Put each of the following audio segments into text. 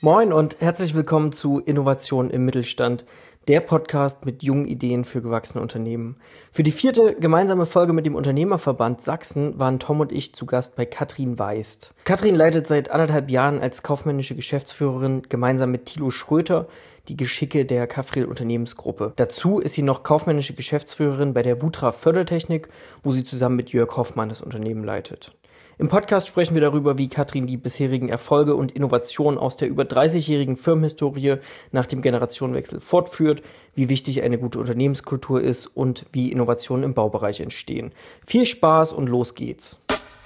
Moin und herzlich willkommen zu Innovation im Mittelstand, der Podcast mit jungen Ideen für gewachsene Unternehmen. Für die 4. gemeinsame Folge mit dem Unternehmerverband Sachsen waren Tom und ich zu Gast bei Katrin Weist. Katrin leitet seit 1,5 Jahren als kaufmännische Geschäftsführerin gemeinsam mit Thilo Schröter die Geschicke der Cafril Unternehmensgruppe. Dazu ist sie noch kaufmännische Geschäftsführerin bei der Wutra Fördertechnik, wo sie zusammen mit Jörg Hoffmann das Unternehmen leitet. Im Podcast sprechen wir darüber, wie Katrin die bisherigen Erfolge und Innovationen aus der über 30-jährigen Firmenhistorie nach dem Generationenwechsel fortführt, wie wichtig eine gute Unternehmenskultur ist und wie Innovationen im Baubereich entstehen. Viel Spaß und los geht's.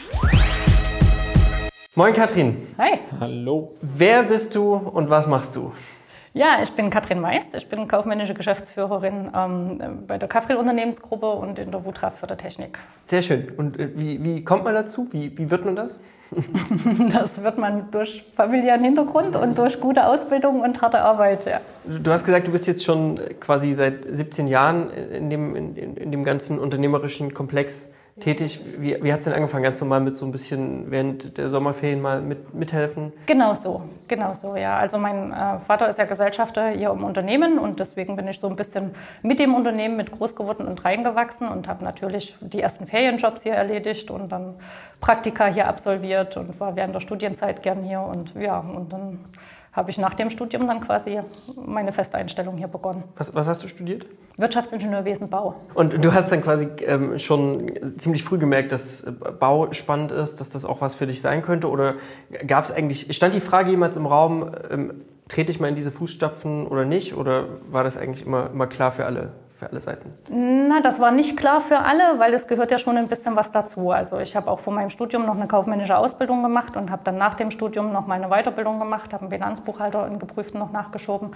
Moin Katrin. Hi. Hallo. Wer bist du und was machst du? Ja, ich bin Katrin Weist. Ich bin kaufmännische Geschäftsführerin bei der Cafril Unternehmensgruppe und in der Wutra Fördertechnik. Sehr schön. Und wie kommt man dazu? Wie wird man das? Das wird man durch familiären Hintergrund und durch gute Ausbildung und harte Arbeit, ja. Du hast gesagt, du bist jetzt schon quasi seit 17 Jahren in dem ganzen unternehmerischen Komplex tätig. Wie hat es denn angefangen? Ganz normal mit so ein bisschen während der Sommerferien mal mithelfen? Genau so, ja. Also mein Vater ist ja Gesellschafter hier im Unternehmen und deswegen bin ich so ein bisschen mit dem Unternehmen mit groß geworden und reingewachsen und habe natürlich die ersten Ferienjobs hier erledigt und dann Praktika hier absolviert und war während der Studienzeit gern hier und dann habe ich nach dem Studium dann quasi meine Festeinstellung hier begonnen. Was hast du studiert? Wirtschaftsingenieurwesen Bau. Und du hast dann quasi schon ziemlich früh gemerkt, dass Bau spannend ist, dass das auch was für dich sein könnte? Oder stand die Frage jemals im Raum, trete ich mal in diese Fußstapfen oder nicht? Oder war das eigentlich immer klar für alle Seiten? Na, das war nicht klar für alle, weil es gehört ja schon ein bisschen was dazu. Also ich habe auch vor meinem Studium noch eine kaufmännische Ausbildung gemacht und habe dann nach dem Studium noch meine Weiterbildung gemacht, habe einen Bilanzbuchhalter in Geprüften noch nachgeschoben.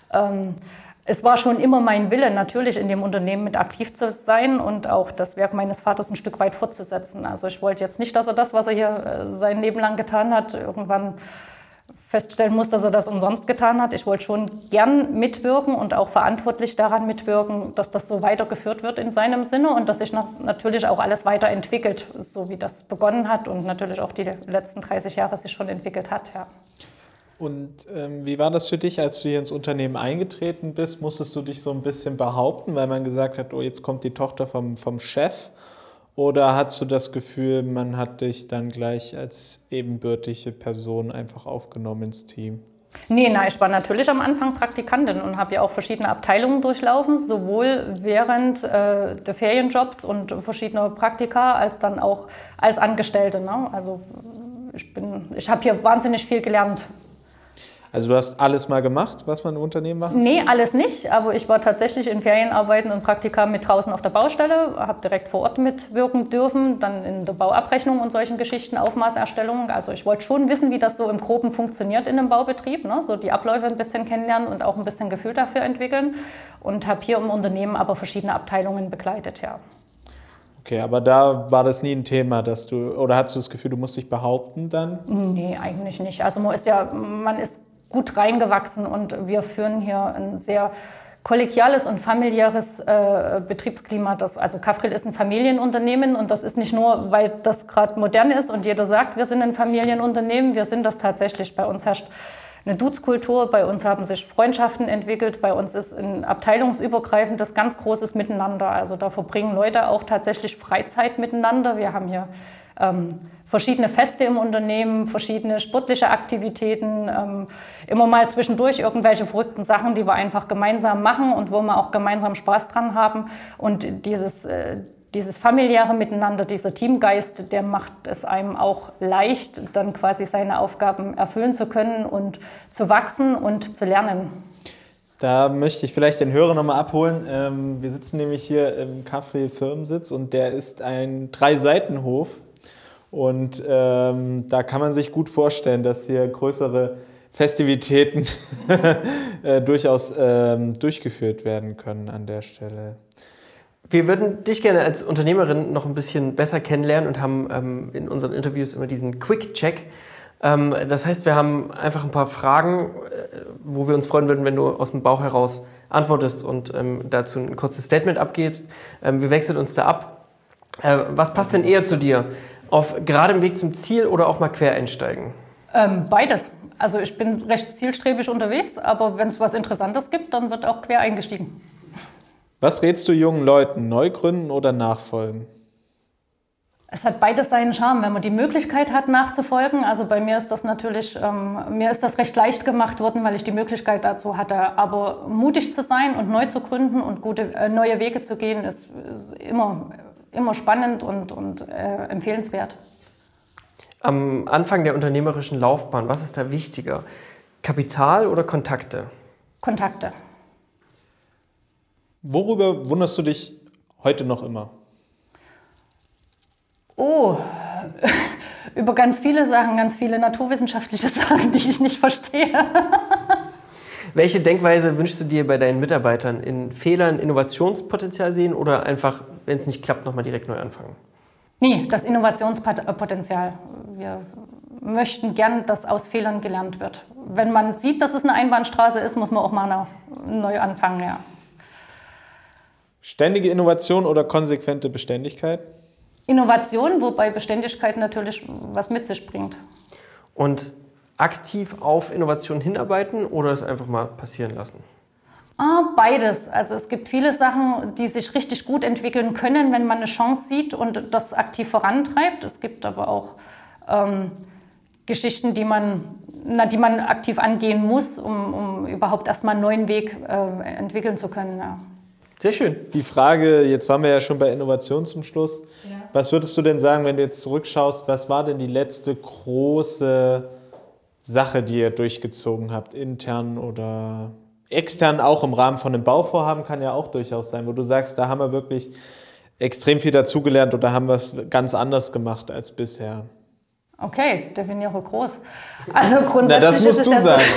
Es war schon immer mein Wille, natürlich in dem Unternehmen mit aktiv zu sein und auch das Werk meines Vaters ein Stück weit fortzusetzen. Also ich wollte jetzt nicht, dass er das, was er hier sein Leben lang getan hat, irgendwann feststellen muss, dass er das umsonst getan hat. Ich wollte schon gern mitwirken und auch verantwortlich daran mitwirken, dass das so weitergeführt wird in seinem Sinne und dass sich natürlich auch alles weiterentwickelt, so wie das begonnen hat und natürlich auch die letzten 30 Jahre sich schon entwickelt hat. Ja. Und wie war das für dich, als du hier ins Unternehmen eingetreten bist? Musstest du dich so ein bisschen behaupten, weil man gesagt hat, oh, jetzt kommt die Tochter vom Chef? Oder hast du das Gefühl, man hat dich dann gleich als ebenbürtige Person einfach aufgenommen ins Team? Nee, ich war natürlich am Anfang Praktikantin und habe ja auch verschiedene Abteilungen durchlaufen, sowohl während der Ferienjobs und verschiedener Praktika, als dann auch als Angestellte. Ne? Also ich habe hier wahnsinnig viel gelernt. Also du hast alles mal gemacht, was man im Unternehmen macht? Nee, alles nicht, aber ich war tatsächlich in Ferienarbeiten und Praktika mit draußen auf der Baustelle, habe direkt vor Ort mitwirken dürfen, dann in der Bauabrechnung und solchen Geschichten, Aufmaßerstellung. Also ich wollte schon wissen, wie das so im Groben funktioniert in einem Baubetrieb, ne? So die Abläufe ein bisschen kennenlernen und auch ein bisschen Gefühl dafür entwickeln und habe hier im Unternehmen aber verschiedene Abteilungen begleitet, ja. Okay, aber da war das nie ein Thema, oder hattest du das Gefühl, du musst dich behaupten dann? Nee, eigentlich nicht. Also man ist gut reingewachsen und wir führen hier ein sehr kollegiales und familiäres Betriebsklima. Also Cafril ist ein Familienunternehmen und das ist nicht nur, weil das gerade modern ist und jeder sagt, wir sind ein Familienunternehmen, wir sind das tatsächlich. Bei uns herrscht eine Duzkultur, bei uns haben sich Freundschaften entwickelt, bei uns ist ein abteilungsübergreifendes, ganz großes Miteinander. Also da verbringen Leute auch tatsächlich Freizeit miteinander. Wir haben hier verschiedene Feste im Unternehmen, verschiedene sportliche Aktivitäten, immer mal zwischendurch irgendwelche verrückten Sachen, die wir einfach gemeinsam machen und wo wir auch gemeinsam Spaß dran haben. Und dieses familiäre Miteinander, dieser Teamgeist, der macht es einem auch leicht, dann quasi seine Aufgaben erfüllen zu können und zu wachsen und zu lernen. Da möchte ich vielleicht den Hörer nochmal abholen. Wir sitzen nämlich hier im Cafril Firmensitz und der ist ein 3-Seitenhof. Und da kann man sich gut vorstellen, dass hier größere Festivitäten durchaus durchgeführt werden können an der Stelle. Wir würden dich gerne als Unternehmerin noch ein bisschen besser kennenlernen und haben in unseren Interviews immer diesen Quick-Check. Das heißt, wir haben einfach ein paar Fragen, wo wir uns freuen würden, wenn du aus dem Bauch heraus antwortest und dazu ein kurzes Statement abgibst. Wir wechseln uns da ab. Was passt denn eher zu dir? Auf geradem Weg zum Ziel oder auch mal quer einsteigen? Beides. Also ich bin recht zielstrebig unterwegs, aber wenn es was Interessantes gibt, dann wird auch quer eingestiegen. Was rätst du jungen Leuten, neu gründen oder nachfolgen? Es hat beides seinen Charme, wenn man die Möglichkeit hat, nachzufolgen. Also bei mir ist das natürlich, mir ist das recht leicht gemacht worden, weil ich die Möglichkeit dazu hatte. Aber mutig zu sein und neu zu gründen und gute neue Wege zu gehen, ist immer spannend und empfehlenswert. Am Anfang der unternehmerischen Laufbahn, was ist da wichtiger? Kapital oder Kontakte? Kontakte. Worüber wunderst du dich heute noch immer? Oh, über ganz viele Sachen, ganz viele naturwissenschaftliche Sachen, die ich nicht verstehe. Welche Denkweise wünschst du dir bei deinen Mitarbeitern? In Fehlern Innovationspotenzial sehen oder einfach, wenn es nicht klappt, nochmal direkt neu anfangen? Nee, das Innovationspotenzial. Wir möchten gern, dass aus Fehlern gelernt wird. Wenn man sieht, dass es eine Einbahnstraße ist, muss man auch mal neu anfangen. Ja. Ständige Innovation oder konsequente Beständigkeit? Innovation, wobei Beständigkeit natürlich was mit sich bringt. Und aktiv auf Innovation hinarbeiten oder es einfach mal passieren lassen? Beides. Also es gibt viele Sachen, die sich richtig gut entwickeln können, wenn man eine Chance sieht und das aktiv vorantreibt. Es gibt aber auch Geschichten, die man aktiv angehen muss, um überhaupt erstmal einen neuen Weg entwickeln zu können. Ja. Sehr schön. Die Frage, jetzt waren wir ja schon bei Innovation zum Schluss. Ja. Was würdest du denn sagen, wenn du jetzt zurückschaust, was war denn die letzte große Sache, die ihr durchgezogen habt, intern oder extern, auch im Rahmen von einem Bauvorhaben, kann ja auch durchaus sein, wo du sagst, da haben wir wirklich extrem viel dazugelernt oder haben wir es ganz anders gemacht als bisher? Okay, definiere groß. Also grundsätzlich. Na, das musst du sagen.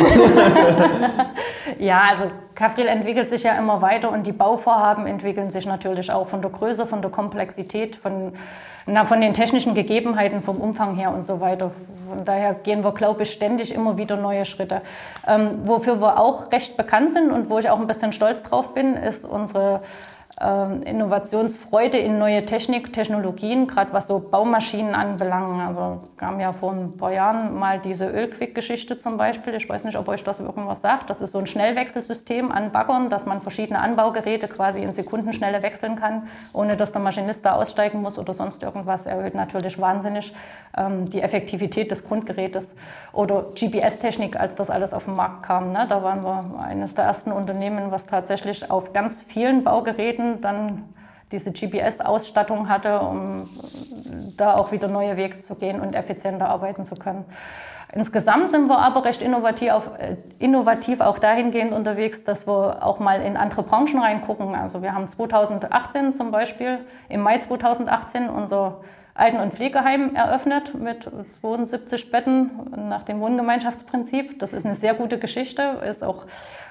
Ja, also Cafril entwickelt sich ja immer weiter und die Bauvorhaben entwickeln sich natürlich auch von der Größe, von der Komplexität, von den technischen Gegebenheiten, vom Umfang her und so weiter. Von daher gehen wir, glaube ich, ständig immer wieder neue Schritte. Wofür wir auch recht bekannt sind und wo ich auch ein bisschen stolz drauf bin, ist unsere Innovationsfreude in neue Technologien, gerade was so Baumaschinen anbelangt. Also kam ja vor ein paar Jahren mal diese Ölquick-Geschichte zum Beispiel. Ich weiß nicht, ob euch das irgendwas sagt. Das ist so ein Schnellwechselsystem an Baggern, dass man verschiedene Anbaugeräte quasi in Sekundenschnelle wechseln kann, ohne dass der Maschinist da aussteigen muss oder sonst irgendwas. Erhöht natürlich wahnsinnig die Effektivität des Grundgerätes. Oder GPS-Technik, als das alles auf den Markt kam. Ne? Da waren wir eines der ersten Unternehmen, was tatsächlich auf ganz vielen Baugeräten dann diese GPS-Ausstattung hatte, um da auch wieder neue Wege zu gehen und effizienter arbeiten zu können. Insgesamt sind wir aber recht innovativ auch dahingehend unterwegs, dass wir auch mal in andere Branchen reingucken. Also wir haben 2018 zum Beispiel, im Mai 2018, unser Alten- und Pflegeheim eröffnet mit 72 Betten nach dem Wohngemeinschaftsprinzip. Das ist eine sehr gute Geschichte, ist auch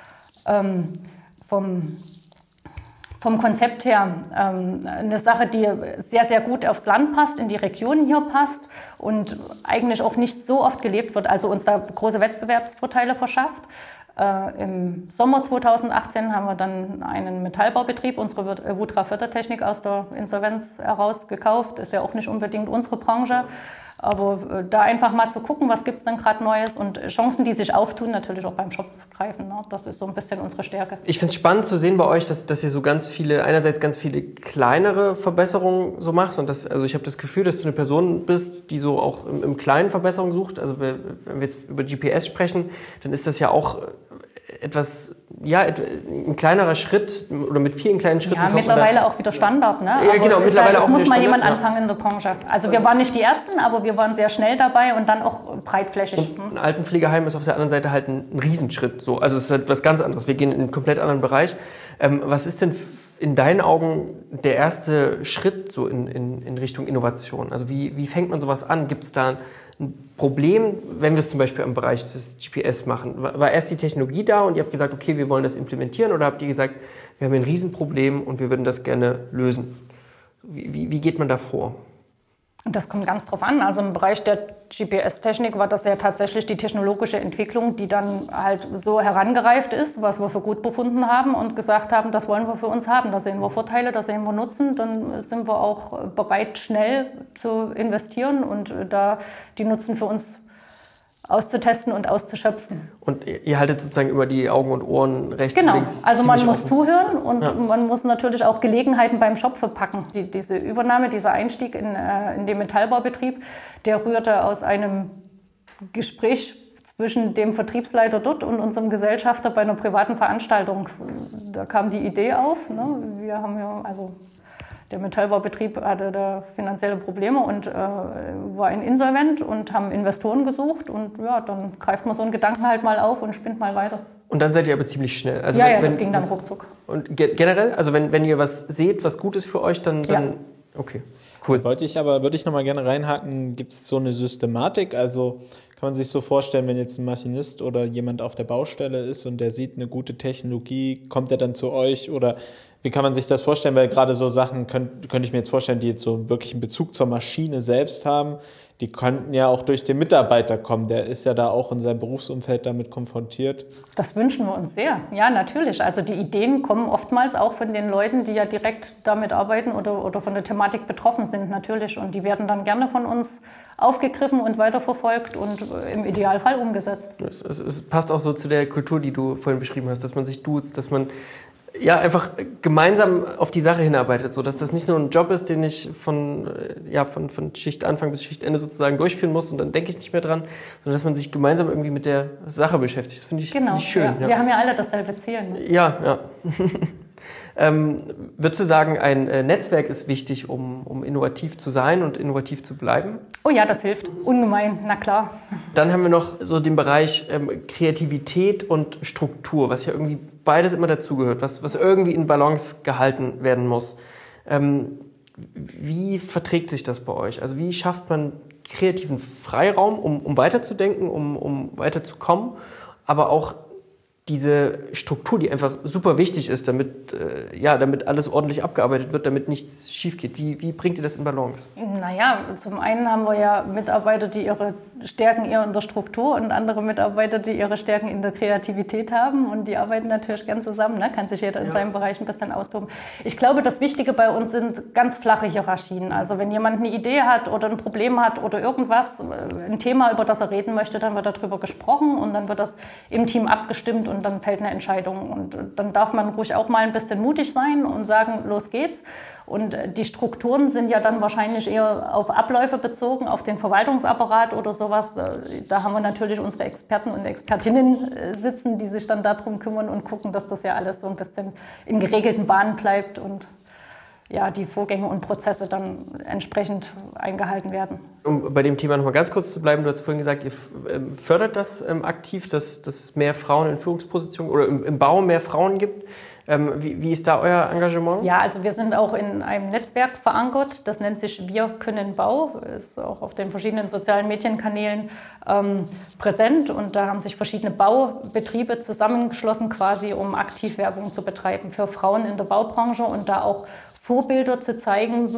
vom Konzept her eine Sache, die sehr, sehr gut aufs Land passt, in die Region hier passt und eigentlich auch nicht so oft gelebt wird, also uns da große Wettbewerbsvorteile verschafft. Im Sommer 2018 haben wir dann einen Metallbaubetrieb, unsere Wutra Fördertechnik, aus der Insolvenz heraus gekauft. Ist ja auch nicht unbedingt unsere Branche. Aber da einfach mal zu gucken, was gibt es denn gerade Neues und Chancen, die sich auftun, natürlich auch beim Shop greifen. Ne? Das ist so ein bisschen unsere Stärke. Ich finde es spannend zu sehen bei euch, dass ihr so einerseits ganz viele kleinere Verbesserungen so macht. Und also ich habe das Gefühl, dass du eine Person bist, die so auch im Kleinen Verbesserungen sucht. Also wenn wir jetzt über GPS sprechen, dann ist das ja auch ein kleinerer Schritt oder mit vielen kleinen Schritten. Ja, mittlerweile auch wieder Standard, ne? Ja, genau, mittlerweile auch. Es muss mal jemand ja. anfangen in der Branche. Also wir waren nicht die Ersten, aber wir waren sehr schnell dabei und dann auch breitflächig. Und ein Altenpflegeheim ist auf der anderen Seite halt ein Riesenschritt. So. Also es ist halt was ganz anderes. Wir gehen in einen komplett anderen Bereich. Was ist denn in deinen Augen der erste Schritt so in Richtung Innovation? Also wie fängt man sowas an? Gibt es da ein Problem, wenn wir es zum Beispiel im Bereich des GPS machen? War erst die Technologie da und ihr habt gesagt, okay, wir wollen das implementieren, oder habt ihr gesagt, wir haben ein Riesenproblem und wir würden das gerne lösen? Wie geht man da vor? Das kommt ganz drauf an. Also im Bereich der GPS-Technik war das ja tatsächlich die technologische Entwicklung, die dann halt so herangereift ist, was wir für gut befunden haben und gesagt haben, das wollen wir für uns haben. Da sehen wir Vorteile, da sehen wir Nutzen. Dann sind wir auch bereit, schnell zu investieren und da die Nutzen für uns auszutesten und auszuschöpfen. Und ihr haltet sozusagen immer die Augen und Ohren rechts und links. Also man muss zuhören und man muss natürlich auch Gelegenheiten beim Shop verpacken. Diese Übernahme, dieser Einstieg in den Metallbaubetrieb, der rührte aus einem Gespräch zwischen dem Vertriebsleiter dort und unserem Gesellschafter bei einer privaten Veranstaltung. Da kam die Idee auf. Ne? Wir haben der Metallbaubetrieb hatte da finanzielle Probleme und war insolvent und haben Investoren gesucht. Und ja, dann greift man so einen Gedanken halt mal auf und spinnt mal weiter. Und dann seid ihr aber ziemlich schnell. Also das ging dann ruckzuck. Und generell, also wenn ihr was seht, was gut ist für euch, dann okay, cool. Würde ich noch mal gerne reinhaken, gibt es so eine Systematik? Also kann man sich so vorstellen, wenn jetzt ein Maschinist oder jemand auf der Baustelle ist und der sieht eine gute Technologie, kommt er dann zu euch oder wie kann man sich das vorstellen? Weil gerade so Sachen könnte ich mir jetzt vorstellen, die jetzt so wirklich einen Bezug zur Maschine selbst haben, die könnten ja auch durch den Mitarbeiter kommen. Der ist ja da auch in seinem Berufsumfeld damit konfrontiert. Das wünschen wir uns sehr. Ja, natürlich. Also die Ideen kommen oftmals auch von den Leuten, die ja direkt damit arbeiten oder von der Thematik betroffen sind, natürlich. Und die werden dann gerne von uns aufgegriffen und weiterverfolgt und im Idealfall umgesetzt. Es passt auch so zu der Kultur, die du vorhin beschrieben hast, dass man sich duzt, dass man einfach gemeinsam auf die Sache hinarbeitet, so dass das nicht nur ein Job ist, den ich von Schichtanfang bis Schichtende sozusagen durchführen muss und dann denke ich nicht mehr dran, sondern dass man sich gemeinsam irgendwie mit der Sache beschäftigt. Das finde ich schön. Ja. Wir haben ja alle dasselbe Ziel. Ne? Ja. Würdest du sagen, ein Netzwerk ist wichtig, um innovativ zu sein und innovativ zu bleiben? Oh ja, das hilft ungemein, na klar. Dann haben wir noch so den Bereich Kreativität und Struktur, was ja irgendwie beides immer dazugehört, was irgendwie in Balance gehalten werden muss. Wie verträgt sich das bei euch? Also wie schafft man kreativen Freiraum, um weiterzudenken, um weiterzukommen, aber auch diese Struktur, die einfach super wichtig ist, damit alles ordentlich abgearbeitet wird, damit nichts schief geht. Wie bringt ihr das in Balance? Naja, zum einen haben wir ja Mitarbeiter, die ihre Stärken eher in der Struktur und andere Mitarbeiter, die ihre Stärken in der Kreativität haben und die arbeiten natürlich gern zusammen, ne? Kann sich jeder in seinem Bereich ein bisschen austoben. Ich glaube, das Wichtige bei uns sind ganz flache Hierarchien. Also wenn jemand eine Idee hat oder ein Problem hat oder irgendwas, ein Thema, über das er reden möchte, dann wird darüber gesprochen und dann wird das im Team abgestimmt und dann fällt eine Entscheidung. Und dann darf man ruhig auch mal ein bisschen mutig sein und sagen, los geht's. Und die Strukturen sind ja dann wahrscheinlich eher auf Abläufe bezogen, auf den Verwaltungsapparat oder sowas. Da haben wir natürlich unsere Experten und Expertinnen sitzen, die sich dann darum kümmern und gucken, dass das ja alles so ein bisschen in geregelten Bahnen bleibt und ja, die Vorgänge und Prozesse dann entsprechend eingehalten werden. Um bei dem Thema noch mal ganz kurz zu bleiben, du hast vorhin gesagt, ihr fördert das aktiv, dass es mehr Frauen in Führungspositionen oder im Bau mehr Frauen gibt. Wie ist da euer Engagement? Ja, also wir sind auch in einem Netzwerk verankert, das nennt sich Wir können Bau, ist auch auf den verschiedenen sozialen Medienkanälen präsent und da haben sich verschiedene Baubetriebe zusammengeschlossen quasi, um aktiv Werbung zu betreiben für Frauen in der Baubranche und da auch Vorbilder zu zeigen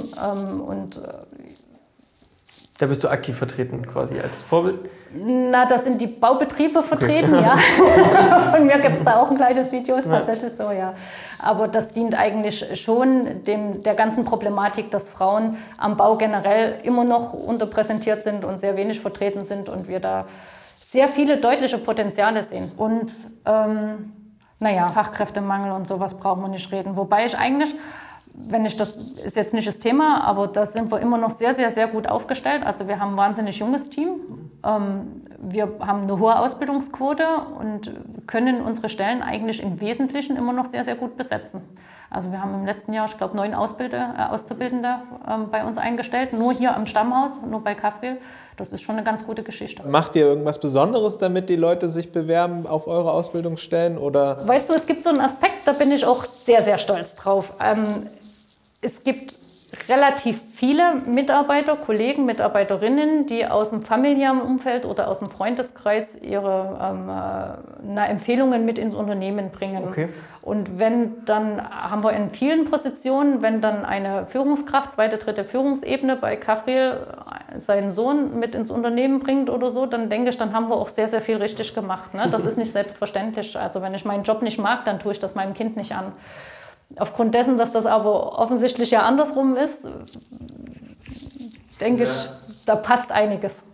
Da bist du aktiv vertreten quasi als Vorbild? Na, das sind die Baubetriebe vertreten, okay. Ja. Von mir gibt es da auch ein kleines Video, ist tatsächlich so, ja. Aber das dient eigentlich schon der ganzen Problematik, dass Frauen am Bau generell immer noch unterpräsentiert sind und sehr wenig vertreten sind und wir da sehr viele deutliche Potenziale sehen. Und Fachkräftemangel und sowas brauchen wir nicht reden. Wobei ich eigentlich... das ist jetzt nicht das Thema, aber da sind wir immer noch sehr, sehr, sehr gut aufgestellt. Also wir haben ein wahnsinnig junges Team. Wir haben eine hohe Ausbildungsquote und können unsere Stellen eigentlich im Wesentlichen immer noch sehr, sehr gut besetzen. Also wir haben im letzten Jahr, ich glaube, 9 Auszubildende bei uns eingestellt, nur hier am Stammhaus, nur bei Kafril. Das ist schon eine ganz gute Geschichte. Macht ihr irgendwas Besonderes, damit die Leute sich bewerben auf eure Ausbildungsstellen? Oder? Weißt du, es gibt so einen Aspekt, da bin ich auch sehr, sehr stolz drauf. Es gibt relativ viele Mitarbeiter, Kollegen, Mitarbeiterinnen, die aus dem familiären Umfeld oder aus dem Freundeskreis ihre Empfehlungen mit ins Unternehmen bringen. Okay. Und dann haben wir in vielen Positionen, wenn dann eine Führungskraft, 2., 3. Führungsebene bei Kafril seinen Sohn mit ins Unternehmen bringt oder so, dann denke ich, dann haben wir auch sehr, sehr viel richtig gemacht. Ne? Das ist nicht selbstverständlich. Also wenn ich meinen Job nicht mag, dann tue ich das meinem Kind nicht an. Aufgrund dessen, dass das aber offensichtlich ja andersrum ist, denke ich, da passt einiges.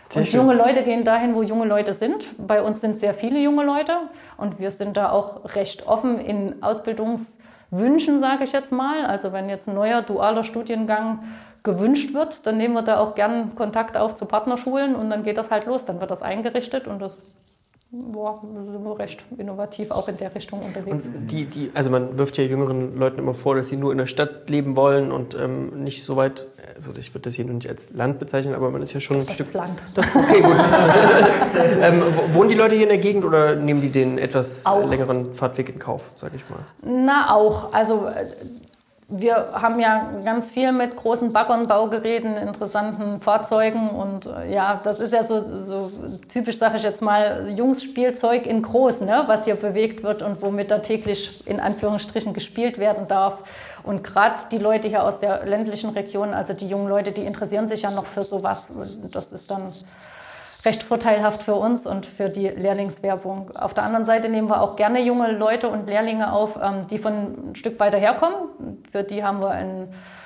Und junge Leute gehen dahin, wo junge Leute sind. Bei uns sind sehr viele junge Leute und wir sind da auch recht offen in Ausbildungswünschen, sage ich jetzt mal. Also wenn jetzt ein neuer dualer Studiengang gewünscht wird, dann nehmen wir da auch gern Kontakt auf zu Partnerschulen und dann geht das halt los. Dann wird das eingerichtet und das sind wir recht innovativ auch in der Richtung unterwegs. Und also man wirft ja jüngeren Leuten immer vor, dass sie nur in der Stadt leben wollen und nicht so weit, also ich würde das hier noch nicht als Land bezeichnen, aber man ist ja schon ein Stück... Land. Okay, gut. Wohnen die Leute hier in der Gegend oder nehmen die den etwas längeren Fahrtweg in Kauf, sage ich mal? Na auch, also... Wir haben ja ganz viel mit großen Baggernbaugeräten, interessanten Fahrzeugen und ja, das ist ja so typisch, sage ich jetzt mal, Jungsspielzeug in groß, ne, was hier bewegt wird und womit da täglich in Anführungsstrichen gespielt werden darf. Und gerade die Leute hier aus der ländlichen Region, also die jungen Leute, die interessieren sich ja noch für sowas. Das ist dann recht vorteilhaft für uns und für die Lehrlingswerbung. Auf der anderen Seite nehmen wir auch gerne junge Leute und Lehrlinge auf, die von ein Stück weiter herkommen. Für die haben wir ein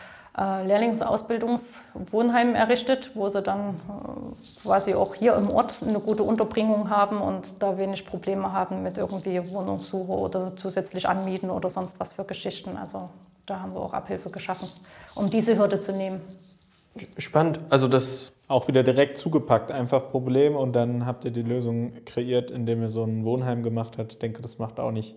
Lehrlingsausbildungswohnheim errichtet, wo sie dann quasi auch hier im Ort eine gute Unterbringung haben und da wenig Probleme haben mit irgendwie Wohnungssuche oder zusätzlich anmieten oder sonst was für Geschichten. Also da haben wir auch Abhilfe geschaffen, um diese Hürde zu nehmen. Spannend. Also das auch wieder direkt zugepackt, einfach Problem und dann habt ihr die Lösung kreiert, indem ihr so ein Wohnheim gemacht habt. Ich denke, das macht auch nicht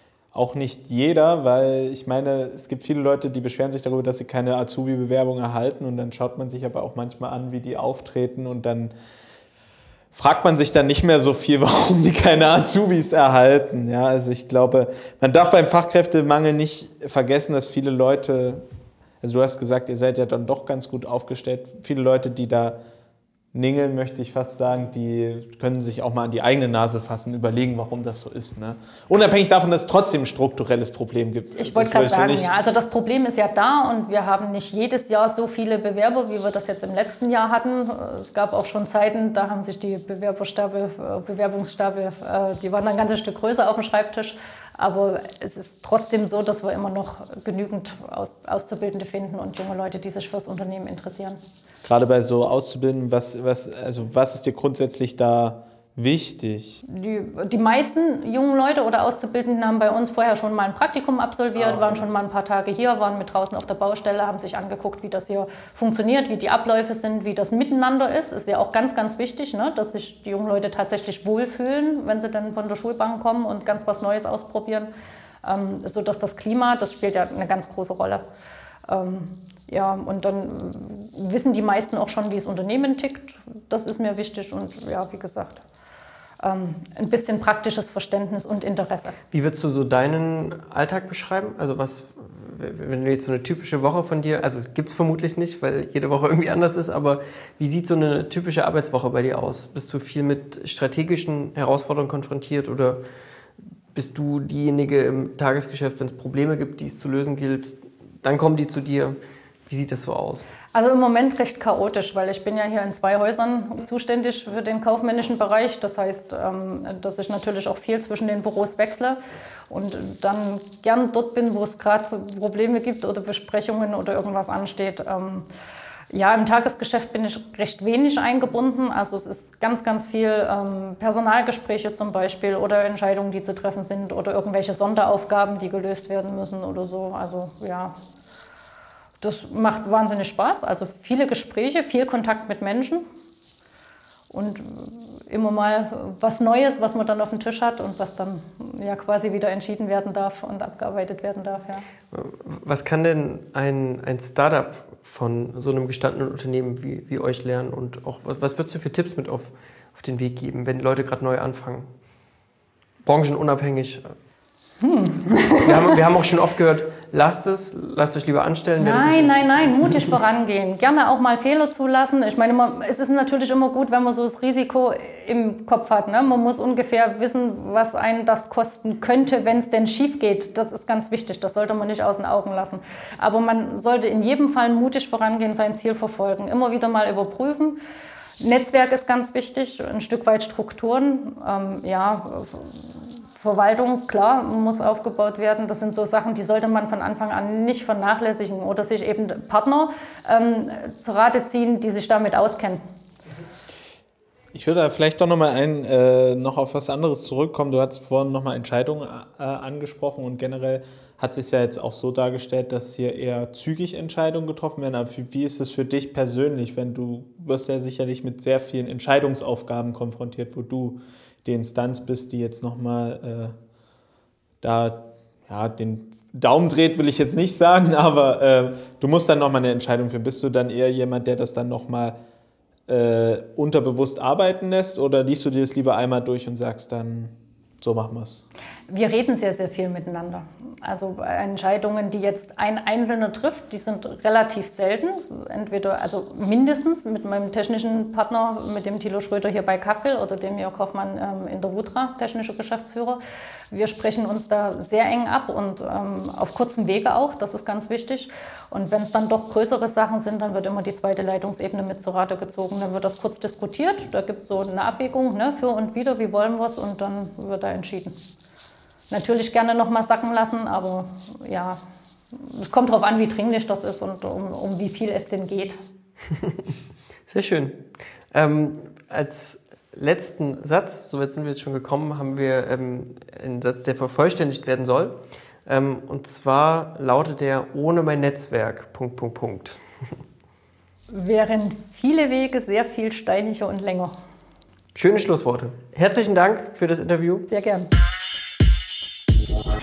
jeder, weil ich meine, es gibt viele Leute, die beschweren sich darüber, dass sie keine Azubi-Bewerbung erhalten und dann schaut man sich aber auch manchmal an, wie die auftreten und dann fragt man sich dann nicht mehr so viel, warum die keine Azubis erhalten. Ja, also ich glaube, man darf beim Fachkräftemangel nicht vergessen, dass viele Leute... Also du hast gesagt, ihr seid ja dann doch ganz gut aufgestellt. Viele Leute, die da ningeln, möchte ich fast sagen, die können sich auch mal an die eigene Nase fassen, überlegen, warum das so ist. Ne? Unabhängig davon, dass es trotzdem ein strukturelles Problem gibt. Ich wollte gerade sagen, ja, also das Problem ist ja da und wir haben nicht jedes Jahr so viele Bewerber, wie wir das jetzt im letzten Jahr hatten. Es gab auch schon Zeiten, da haben sich die Bewerbungsstapel, die waren ein ganzes Stück größer auf dem Schreibtisch. Aber es ist trotzdem so, dass wir immer noch genügend Auszubildende finden und junge Leute, die sich fürs Unternehmen interessieren. Gerade bei so Auszubildenden, was ist dir grundsätzlich da wichtig? Die meisten jungen Leute oder Auszubildenden haben bei uns vorher schon mal ein Praktikum absolviert, waren schon mal ein paar Tage hier, waren mit draußen auf der Baustelle, haben sich angeguckt, wie das hier funktioniert, wie die Abläufe sind, wie das Miteinander ist. Ist ja auch ganz, ganz wichtig, ne, dass sich die jungen Leute tatsächlich wohlfühlen, wenn sie dann von der Schulbank kommen und ganz was Neues ausprobieren. Sodass das Klima, das spielt ja eine ganz große Rolle. Ja, und dann wissen die meisten auch schon, wie das Unternehmen tickt. Das ist mir wichtig und ja, wie gesagt, ein bisschen praktisches Verständnis und Interesse. Wie würdest du so deinen Alltag beschreiben? Also wenn du jetzt so eine typische Woche von dir, also gibt es vermutlich nicht, weil jede Woche irgendwie anders ist, aber wie sieht so eine typische Arbeitswoche bei dir aus? Bist du viel mit strategischen Herausforderungen konfrontiert oder bist du diejenige im Tagesgeschäft, wenn es Probleme gibt, die es zu lösen gilt, dann kommen die zu dir? Wie sieht das so aus? Also im Moment recht chaotisch, weil ich bin ja hier in 2 Häusern zuständig für den kaufmännischen Bereich. Das heißt, dass ich natürlich auch viel zwischen den Büros wechsle und dann gern dort bin, wo es gerade Probleme gibt oder Besprechungen oder irgendwas ansteht. Ja, im Tagesgeschäft bin ich recht wenig eingebunden. Also es ist ganz, ganz viel Personalgespräche zum Beispiel oder Entscheidungen, die zu treffen sind oder irgendwelche Sonderaufgaben, die gelöst werden müssen oder so. Also ja, das macht wahnsinnig Spaß. Also viele Gespräche, viel Kontakt mit Menschen und immer mal was Neues, was man dann auf dem Tisch hat und was dann ja quasi wieder entschieden werden darf und abgearbeitet werden darf. Ja. Was kann denn ein Startup von so einem gestandenen Unternehmen wie euch lernen und auch was würdest du für Tipps mit auf den Weg geben, wenn Leute gerade neu anfangen? Branchenunabhängig. Wir haben auch schon oft gehört, lasst euch lieber anstellen. Nein, mutig vorangehen. Gerne auch mal Fehler zulassen. Ich meine, es ist natürlich immer gut, wenn man so das Risiko im Kopf hat. Ne? Man muss ungefähr wissen, was einen das kosten könnte, wenn es denn schief geht. Das ist ganz wichtig, das sollte man nicht aus den Augen lassen. Aber man sollte in jedem Fall mutig vorangehen, sein Ziel verfolgen. Immer wieder mal überprüfen. Netzwerk ist ganz wichtig, ein Stück weit Strukturen, Verwaltung, klar, muss aufgebaut werden. Das sind so Sachen, die sollte man von Anfang an nicht vernachlässigen oder sich eben Partner zu Rate ziehen, die sich damit auskennen. Ich würde da vielleicht doch nochmal noch auf was anderes zurückkommen. Du hast vorhin nochmal Entscheidungen angesprochen und generell hat es sich ja jetzt auch so dargestellt, dass hier eher zügig Entscheidungen getroffen werden. Aber wie ist es für dich persönlich, wenn du wirst ja sicherlich mit sehr vielen Entscheidungsaufgaben konfrontiert, wo du die Instanz bist, die jetzt nochmal den Daumen dreht, will ich jetzt nicht sagen, aber du musst dann nochmal eine Entscheidung führen. Bist du dann eher jemand, der das dann nochmal unterbewusst arbeiten lässt oder liest du dir das lieber einmal durch und sagst dann, so machen wir es? Wir reden sehr, sehr viel miteinander. Also Entscheidungen, die jetzt ein Einzelner trifft, die sind relativ selten. Also mindestens mit meinem technischen Partner, mit dem Thilo Schröder hier bei Kafril oder dem Jörg Hoffmann in der Rutra, technischer Geschäftsführer. Wir sprechen uns da sehr eng ab und auf kurzem Wege auch, das ist ganz wichtig. Und wenn es dann doch größere Sachen sind, dann wird immer die zweite Leitungsebene mit zu Rate gezogen. Dann wird das kurz diskutiert, da gibt es so eine Abwägung, ne, für und wider, wie wollen wir es, und dann wird da entschieden. Natürlich gerne noch mal sacken lassen, aber ja, es kommt darauf an, wie dringlich das ist und um wie viel es denn geht. Sehr schön. Als letzten Satz, soweit sind wir jetzt schon gekommen, haben wir einen Satz, der vervollständigt werden soll. Und zwar lautet der: ohne mein Netzwerk, .. Wären viele Wege sehr viel steiniger und länger. Schöne Schlussworte. Herzlichen Dank für das Interview. Sehr gern.